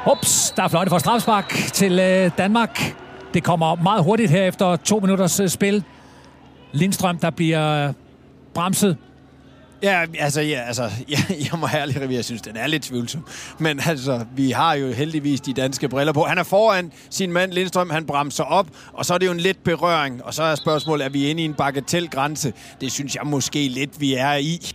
Ups, der er fløjte for strafspark til Danmark. Det kommer meget hurtigt her efter 2 minutters spil. Lindstrøm, der bliver bremset. Jeg må ærligt revere, jeg synes, den er lidt tvivlsom. Men altså, vi har jo heldigvis de danske briller på. Han er foran sin mand Lindstrøm, han bremser op, og så er det jo en let berøring. Og så er spørgsmålet, er vi inde i en bagatelgrænse? Det synes jeg måske lidt, vi er i.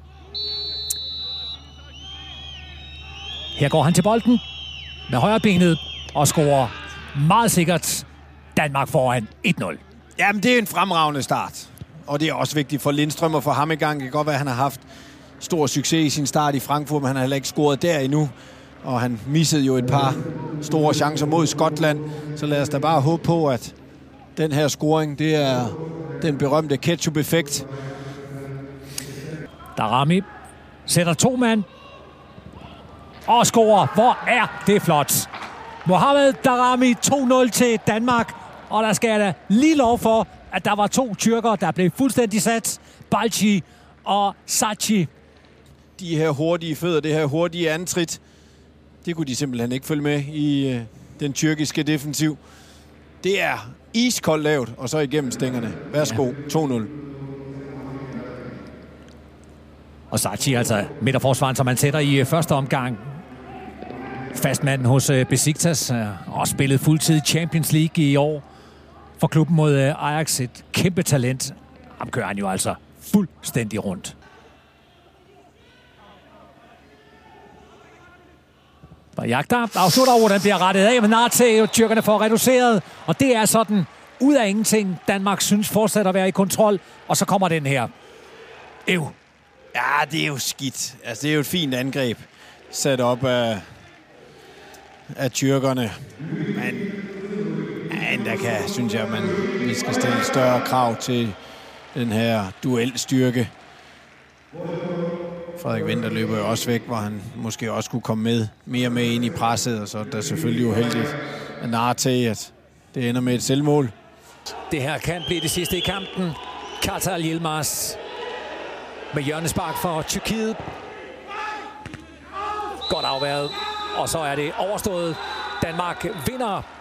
Her går han til bolden med højre benet og scorer meget sikkert Danmark foran 1-0. Jamen, det er en fremragende start. Og det er også vigtigt for Lindstrøm at få ham i gang. Det kan godt være, at han har haft stor succes i sin start i Frankfurt, men han har heller ikke scoret der endnu. Og han missede jo et par store chancer mod Skotland. Så lad os da bare håbe på, at den her scoring, det er den berømte ketchup-effekt. Daramy sætter 2 mand og scorer. Hvor er det flot. Mohamed Daramy 2-0 til Danmark. Og der skal jeg da lige lov for, at der var 2 tyrker, der blev fuldstændig sat. Balci og Sachi. De her hurtige fødder, det her hurtige antrit, det kunne de simpelthen ikke følge med i den tyrkiske defensiv. Det er iskoldt lavt, og så igennem stængerne. Værsgo, 2-0. Og Sachi, altså midterforsvaren, som man sætter i første omgang. Fastmanden hos Besiktas, og spillet fuldtid Champions League i år for klubben mod Ajax. Et kæmpe talent. Ham kører han jo altså fuldstændig rundt. Jagter afslutter over, den bliver rettet af, men Nate, tyrkerne får reduceret. Og det er sådan, ud af ingenting. Danmark synes fortsat at være i kontrol, og så kommer den her. Ja, det er jo skidt. Altså, det er jo et fint angreb sat op af tyrkerne. Men der kan, synes jeg, vi skal stille større krav til den her duelstyrke. Frederik Winther løber jo også væk, hvor han måske også kunne komme mere med ind i presset, og så er det selvfølgelig uheldigt at Nate, at det ender med et selvmål. Det her kan blive det sidste i kampen. Kartal Yilmaz med hjørnespark for Tyrkiet. Godt afværet, og så er det overstået. Danmark vinder